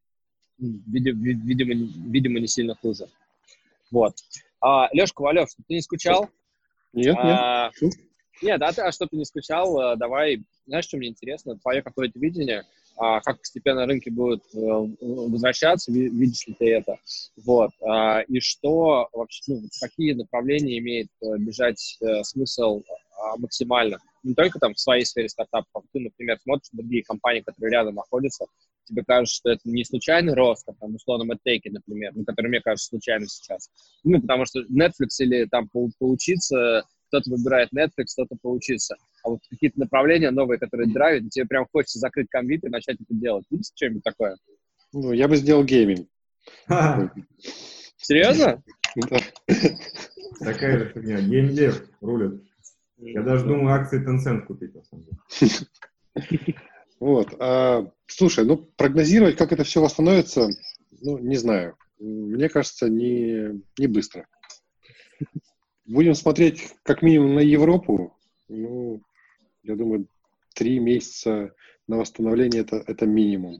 видимо, не сильно хуже. Вот. Леша Ковалев, ты не скучал? Нет. Нет, а что ты не скучал? Давай, знаешь, что мне интересно? Твое какое-то видение, как постепенно рынки будут возвращаться, видишь ли ты это? Вот. И что вообще, какие направления имеет бежать смысл максимально? Не только там в своей сфере стартапов, ты, например, смотришь на другие компании, которые рядом находятся, тебе кажется, что это не случайный рост, как там, условно, MedTake, например, который, мне кажется, случайно сейчас. Потому что Netflix или там поучиться, кто-то выбирает Netflix, кто-то поучиться. А вот какие-то направления новые, которые драйвят, тебе прям хочется закрыть комвит и начать это делать. Видите что-нибудь такое? Я бы сделал гейминг. Серьезно? Да. Такая же фигня. Геймдев рулит. Я даже думаю акции Tencent купить, на самом деле. Вот. Слушай, прогнозировать, как это все восстановится, не знаю. Мне кажется, не быстро. Будем смотреть как минимум на Европу. Я думаю, 3 месяца на восстановление это минимум.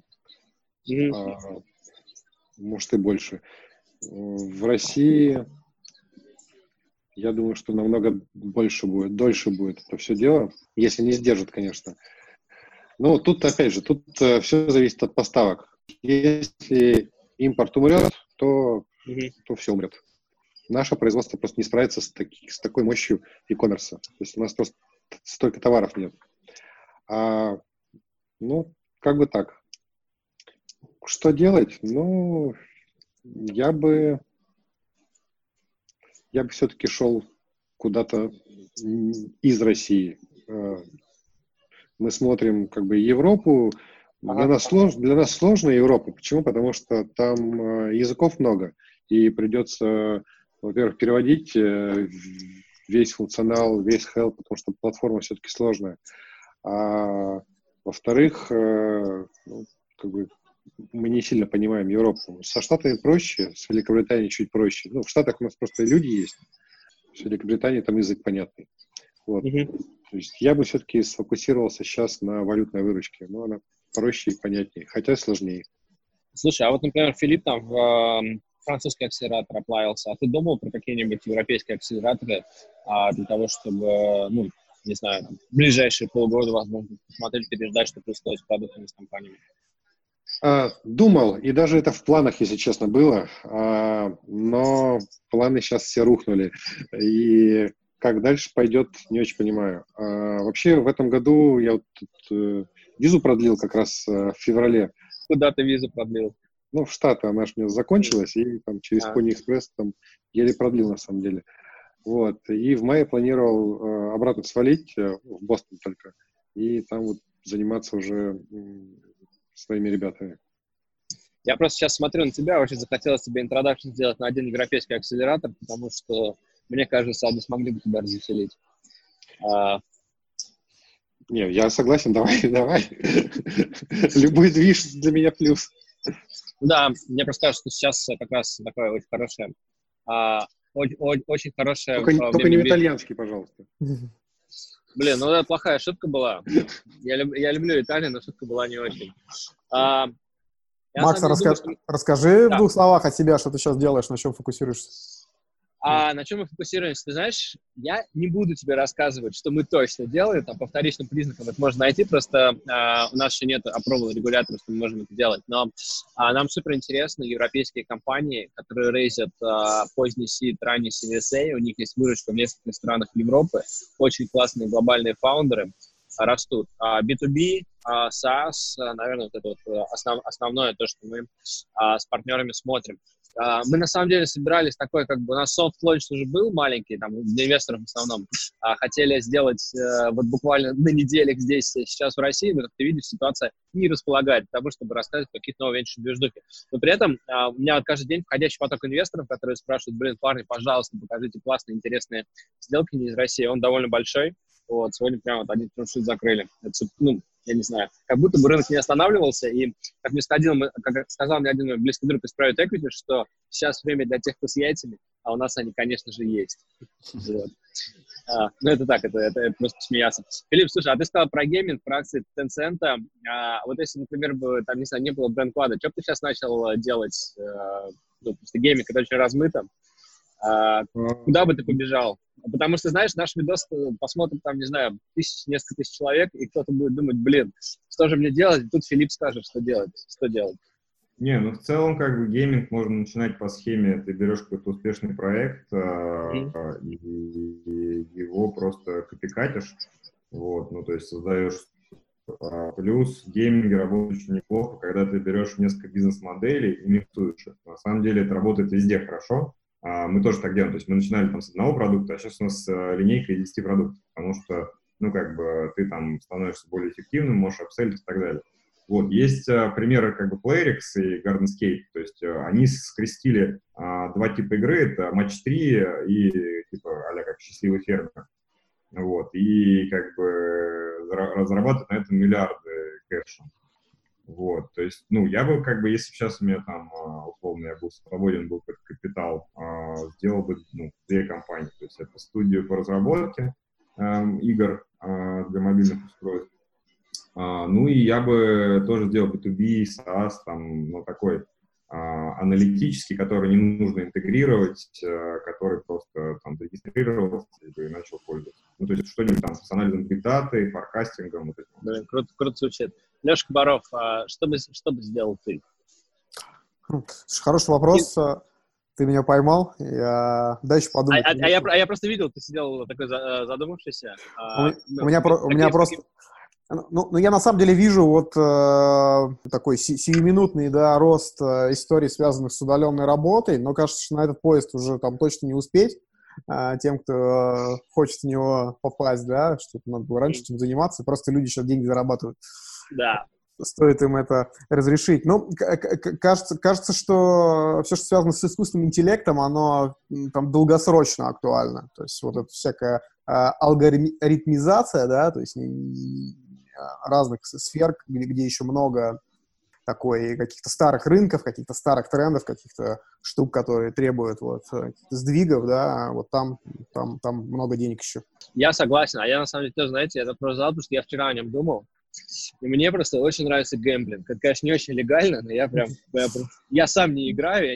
Может и больше. В России, я думаю, что намного дольше будет это все дело, если не сдержат, конечно. Но тут, опять же, все зависит от поставок. Если импорт умрет, то все умрет. Наше производство просто не справится с такой мощью e-commerce. То есть у нас просто столько товаров нет. Как бы так. Что делать? Я бы все-таки шел куда-то из России. Мы смотрим как бы Европу. Для нас сложно Европа. Почему? Потому что там языков много. И придется, во-первых, переводить весь функционал, весь help, потому что платформа все-таки сложная. А во-вторых, мы не сильно понимаем Европу. Со Штатами проще, с Великобританией чуть проще. В Штатах у нас просто люди есть. В Великобритании там язык понятный. Вот. То есть я бы все-таки сфокусировался сейчас на валютной выручке. Но она проще и понятнее, хотя сложнее. Слушай, а вот, например, Филипп там в французский акселератор оплавился. А ты думал про какие-нибудь европейские акселераторы для того, чтобы, не знаю, в ближайшие полгода, возможно, посмотреть, переждать, что происходит с продуктами, с компаниями? Думал, и даже это в планах, если честно, было, но планы сейчас все рухнули. И как дальше пойдет, не очень понимаю. Вообще в этом году я визу продлил как раз в феврале. Куда ты визу продлил? В Штаты, она же у меня закончилась, и там через Pony Express там еле продлил на самом деле. Вот. И в мае планировал обратно свалить, в Бостон только, и там вот заниматься уже своими ребятами. Я просто сейчас смотрю на тебя, очень захотелось тебе интродакшн сделать на один европейский акселератор, потому что, мне кажется, они смогли бы тебя развеселить. Не, я согласен, давай. Любой движ для меня плюс. Да, мне просто кажется, что сейчас как раз такое очень хорошее. Очень хорошее... Только не в итальянский, пожалуйста. Блин, это плохая шутка была. Я люблю Италию, но шутка была не очень. Макс, расскажи в 2 словах о себе, что ты сейчас делаешь, на чем фокусируешься. На чем мы фокусируемся? Ты знаешь, я не буду тебе рассказывать, что мы точно делаем, там по вторичным признакам это можно найти, просто у нас еще нет approval регулятора, что мы можем это делать, но нам супер интересны европейские компании, которые рейзят поздний seed, ранний CVSA, у них есть выручка в нескольких странах Европы, очень классные глобальные фаундеры растут. B2B, SaaS, наверное, вот это вот основное то, что мы с партнерами смотрим. Мы, на самом деле, собирались такой, у нас soft launch уже был маленький, там, для инвесторов в основном. Хотели сделать вот буквально на неделях здесь, сейчас в России, но, как ты видишь, ситуация не располагает к тому, чтобы рассказывать о каких-то новых венчурных движухах. Но при этом у меня каждый день входящий поток инвесторов, которые спрашивают, парни, пожалуйста, покажите классные, интересные сделки не из России. Он довольно большой. Вот, сегодня прямо один термшит закрыли. Это, я не знаю, как будто бы рынок не останавливался, и, как сказал мне один мой близкий друг из Private Equity, что сейчас время для тех, кто с яйцами, а у нас они, конечно же, есть. Вот. Ну, это так, это просто смеяться. Филипп, слушай, а ты сказал про гейминг, про акции Tencent. Вот если, например, бы, там, не знаю, не было BrandQuad, что бы ты сейчас начал делать? Ну, просто гейминг, это очень размыто. Куда бы ты побежал? Потому что, знаешь, наш видос посмотрит там, не знаю, несколько тысяч человек, и кто-то будет думать, блин, что же мне делать? И тут Филипп скажет, что делать. Не, ну в целом как бы гейминг можно начинать по схеме, ты берешь какой-то успешный проект и его просто копикатишь, вот, ну то есть создаешь. Плюс в гейминге работает очень неплохо, когда ты берешь несколько бизнес-моделей и миксуешь их. На самом деле это работает везде хорошо. Мы тоже так делаем, то есть мы начинали там с одного продукта, а сейчас у нас линейка из 10 продуктов, потому что, ну как бы ты там становишься более эффективным, можешь апселить и так далее. Вот, есть примеры как бы Playrix и Gardenscape, то есть они скрестили два типа игры, это матч 3 и типа а-ля как счастливый фермер. Вот, и как бы разрабатывают на этом миллиарды кэша. Вот, то есть, ну, я бы как бы, если бы сейчас у меня там, условно, я был свободен, был как капитал, сделал бы, ну, 2 компании. То есть это студию по разработке игр для мобильных устройств. Ну и я бы тоже сделал B2B, SaaS, там, ну, такой аналитический, который не нужно интегрировать, который просто там зарегистрировался и начал пользоваться. Ну, то есть что-нибудь там с анализом бигдаты, форкастингом. Вот блин, круто звучит. Леша Комаров, что бы сделал ты? Хороший вопрос. Ты меня поймал. Я дальше подумал. Я просто видел, ты сидел такой задумавшийся. У меня просто... Ну, я на самом деле вижу вот такой сиюминутный, да, рост историй, связанных с удаленной работой, но кажется, что на этот поезд уже там точно не успеть тем, кто хочет в него попасть, да, что-то надо было раньше этим заниматься, просто люди сейчас деньги зарабатывают. Да. Стоит им это разрешить. Ну, кажется, что все, что связано с искусственным интеллектом, оно там долгосрочно актуально. То есть вот эта всякая алгоритмизация, да, то есть разных сфер, где еще много такой каких-то старых рынков, каких-то старых трендов, каких-то штук, которые требуют вот сдвигов, да, вот там много денег еще. Я согласен, а я на самом деле тоже, знаете, я это просто задал, потому что я вчера о нем думал, и мне просто очень нравится гэмблинг. Это, конечно, не очень легально, но я сам не играю,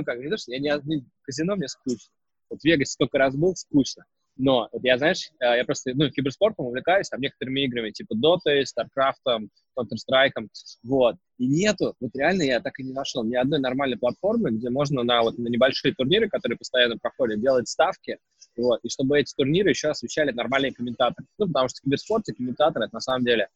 казино мне скучно. Вот в Вегасе сколько раз был, скучно. Но вот я, знаешь, я просто, киберспортом увлекаюсь, там, некоторыми играми, типа Dota, StarCraft, Counter-Strike, вот. И нету, вот реально я так и не нашел ни одной нормальной платформы, где можно на небольшие турниры, которые постоянно проходят, делать ставки, вот, и чтобы эти турниры еще освещали нормальные комментаторы. Ну, потому что в киберспорте комментаторы, это на самом деле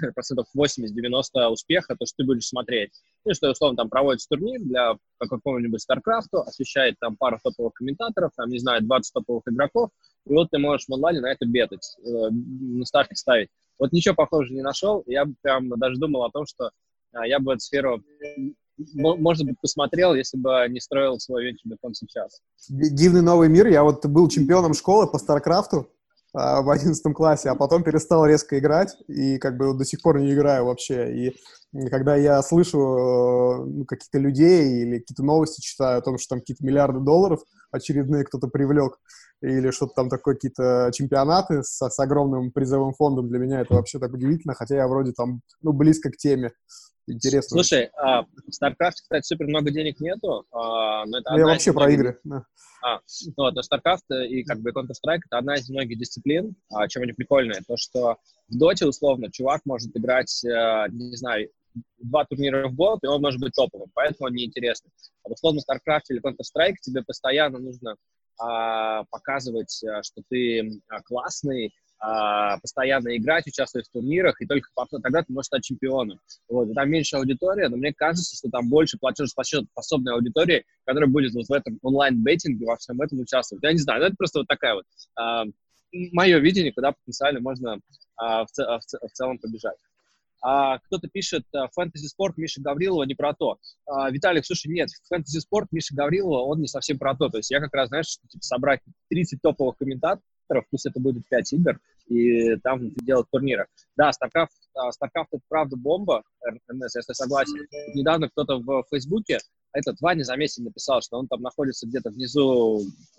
80-90% успеха, то, что ты будешь смотреть. Ну, что, условно, там проводится турнир по какому-нибудь StarCraft, освещает там пару топовых комментаторов, там, не знаю, 20 топовых игроков, и вот ты можешь в онлайне на это бетать, на ставки ставить. Вот ничего похожего не нашел, я прям даже думал о том, что я бы эту сферу, может быть, посмотрел, если бы не строил свой венчурный фонд сейчас. Дивный новый мир. Я вот был чемпионом школы по StarCraft'у в 11 классе, а потом перестал резко играть, и как бы до сих пор не играю вообще. И когда я слышу каких-то людей или какие-то новости читаю о том, что там какие-то миллиарды долларов очередные кто-то привлек, или что-то там такое, какие-то чемпионаты с огромным призовым фондом, для меня это вообще так удивительно, хотя я вроде там, близко к теме. Интересно. Слушай, в StarCraft, кстати, супер много денег нету, но это я вообще про игры. Да. Но StarCraft и как бы Counter-Strike — это одна из многих дисциплин. Чем они прикольные, то что в Доте, условно, чувак может играть, не знаю, 2 турнира в год, и он может быть топовым, поэтому он неинтересный. А в условно StarCraft или Counter-Strike тебе постоянно нужно показывать, что ты классный, постоянно играть, участвовать в турнирах, и только тогда ты можешь стать чемпионом. Вот. И там меньше аудитория, но мне кажется, что там больше платежеспособной аудитории, которая будет вот в этом онлайн-беттинге, во всем этом участвовать. Я не знаю, это просто вот такая вот мое видение, куда потенциально можно в целом побежать. Кто-то пишет, фэнтези-спорт Миша Гаврилова не про то. Виталик, слушай, нет, фэнтези-спорт Миша Гаврилова, он не совсем про то. То есть я как раз, знаешь, собрать 30 топовых комментаторов, пусть это будет 5 игр, и там делать турниры. Да, StarCraft это правда бомба, РНС, я согласен. Недавно кто-то в Фейсбуке, Ваня Замесин написал, что он там находится где-то внизу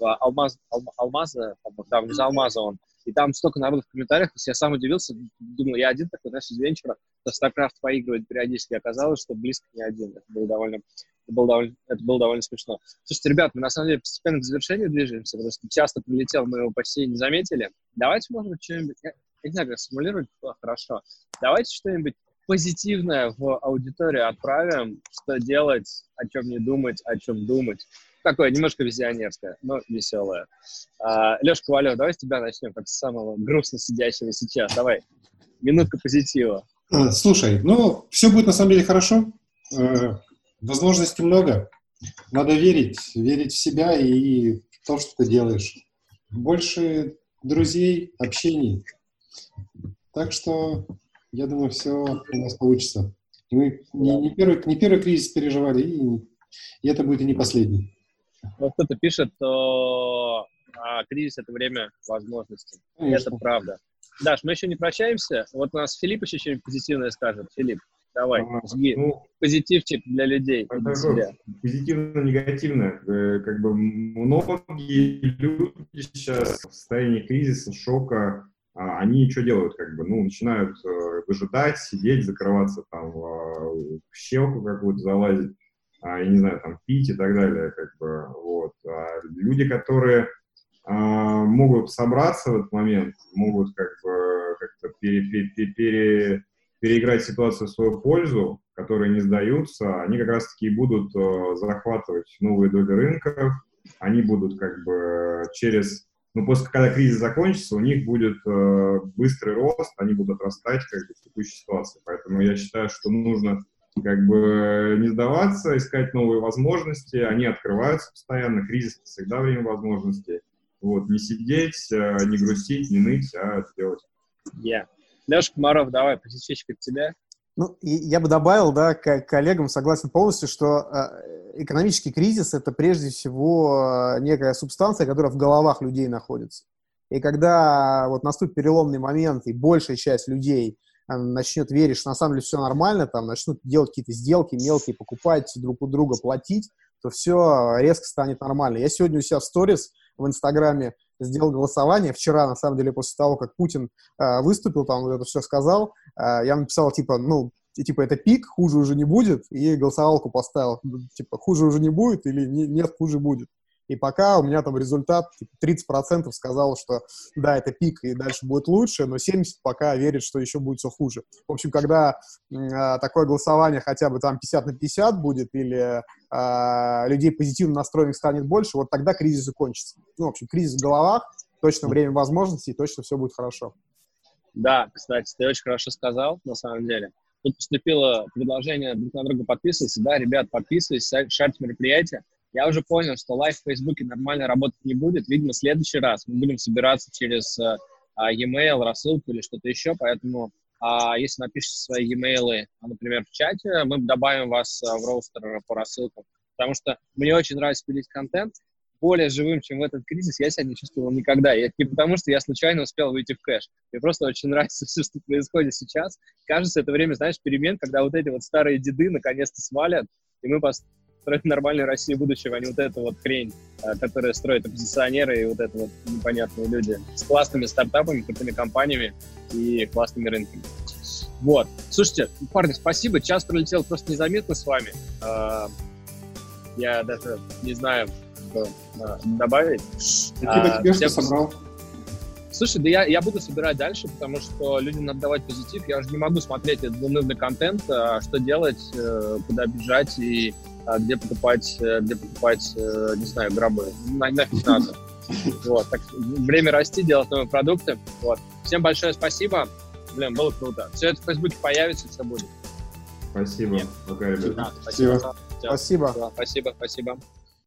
Алмаза, там внизу Алмаза он, и там столько народу в комментариях, то есть я сам удивился, думал, я один такой, знаешь, из вечера, что StarCraft поигрывает периодически, оказалось, что близко не один. Это было довольно смешно. Слушайте, ребят, мы на самом деле постепенно к завершению движемся, потому что часто прилетел, мы его почти не заметили. Давайте, может быть, что-нибудь, я не знаю, как сформулировать хорошо, давайте что-нибудь позитивное в аудиторию отправим, что делать, о чем не думать, о чем думать. Такое немножко визионерское, но веселое. Леша Ковалев, давай с тебя начнем, как с самого грустно сидящего сейчас. Давай, минутка позитива. Слушай, все будет на самом деле хорошо. Возможностей много. Надо верить в себя и в то, что ты делаешь. Больше друзей, общений. Так что, я думаю, все у нас получится. Мы не первый кризис переживали, и это будет и не последний. Вот кто-то пишет, что кризис – это время возможностей. Конечно. Это правда. Даш, мы еще не прощаемся. Вот у нас Филипп еще что-нибудь позитивное скажет. Филипп, давай, жги. Позитивчик для людей. Позитивно-негативно. Как бы многие люди сейчас в состоянии кризиса, шока, они что делают? Как бы, начинают выжидать, сидеть, закрываться там в щелку какую-то, залазить. Я не знаю, там, пить и так далее, как бы, вот. Люди, которые могут собраться в этот момент, могут как бы как-то переиграть ситуацию в свою пользу, которые не сдаются, они как раз-таки будут захватывать новые доли рынков, они будут как бы после, когда кризис закончится, у них будет быстрый рост, они будут растать как бы в текущей ситуации. Поэтому я считаю, что нужно как бы не сдаваться, искать новые возможности, они открываются постоянно, кризис — всегда время возможностей. Вот, не сидеть, не грустить, не ныть, а делать. Леша Комаров, давай, позитивчик от тебя. Я бы добавил, да, к коллегам, согласен полностью, что экономический кризис — это прежде всего некая субстанция, которая в головах людей находится. И когда вот наступит переломный момент, и большая часть людей начнет верить, что на самом деле все нормально, там, начнут делать какие-то сделки мелкие, покупать друг у друга, платить, то все резко станет нормально. Я сегодня у себя в сторис в Инстаграме сделал голосование. Вчера, на самом деле, после того, как Путин выступил, там вот это все сказал, я написал, это пик, хуже уже не будет, и голосовалку поставил, хуже уже не будет или нет, хуже будет. И пока у меня там результат 30% сказал, что да, это пик и дальше будет лучше, но 70% пока верит, что еще будет все хуже. В общем, когда такое голосование хотя бы там 50/50 будет или людей позитивно настроенных станет больше, вот тогда кризис закончится. В общем, кризис в головах, точно время возможностей, точно все будет хорошо. Да, кстати, ты очень хорошо сказал, на самом деле. Тут поступило предложение друг на друга подписываться. Да, ребят, подписывайтесь, шарьте мероприятия. Я уже понял, что лайв в Фейсбуке нормально работать не будет. Видимо, в следующий раз мы будем собираться через e-mail, рассылку или что-то еще. Поэтому, если напишите свои e-mail, например, в чате, мы добавим вас в роустер по рассылкам. Потому что мне очень нравится пилить контент. Более живым, чем в этот кризис, я себя не чувствовал никогда. И это не потому, что я случайно успел выйти в кэш. Мне просто очень нравится все, что происходит сейчас. Кажется, это время, знаешь, перемен, когда вот эти вот старые деды наконец-то свалят, и мы строить нормальную Россию будущего, а не вот эту вот хрень, которая строят оппозиционеры и вот это вот непонятные люди с классными стартапами, крутыми компаниями и классными рынками. Вот. Слушайте, парни, спасибо. Час пролетел просто незаметно с вами. Я даже не знаю, что добавить. Спасибо тебе, что собрал. Слушай, да я буду собирать дальше, потому что людям надо давать позитив. Я уже не могу смотреть этот унылый контент, что делать, куда бежать и где покупать, не знаю, гробы. Нафиг надо. Вот. Так, время расти, делать новые продукты. Вот. Всем большое спасибо. Блин, было круто. Все это в Фейсбуке появится, все будет. Спасибо. Пока, ребята. Спасибо. Спасибо. Спасибо.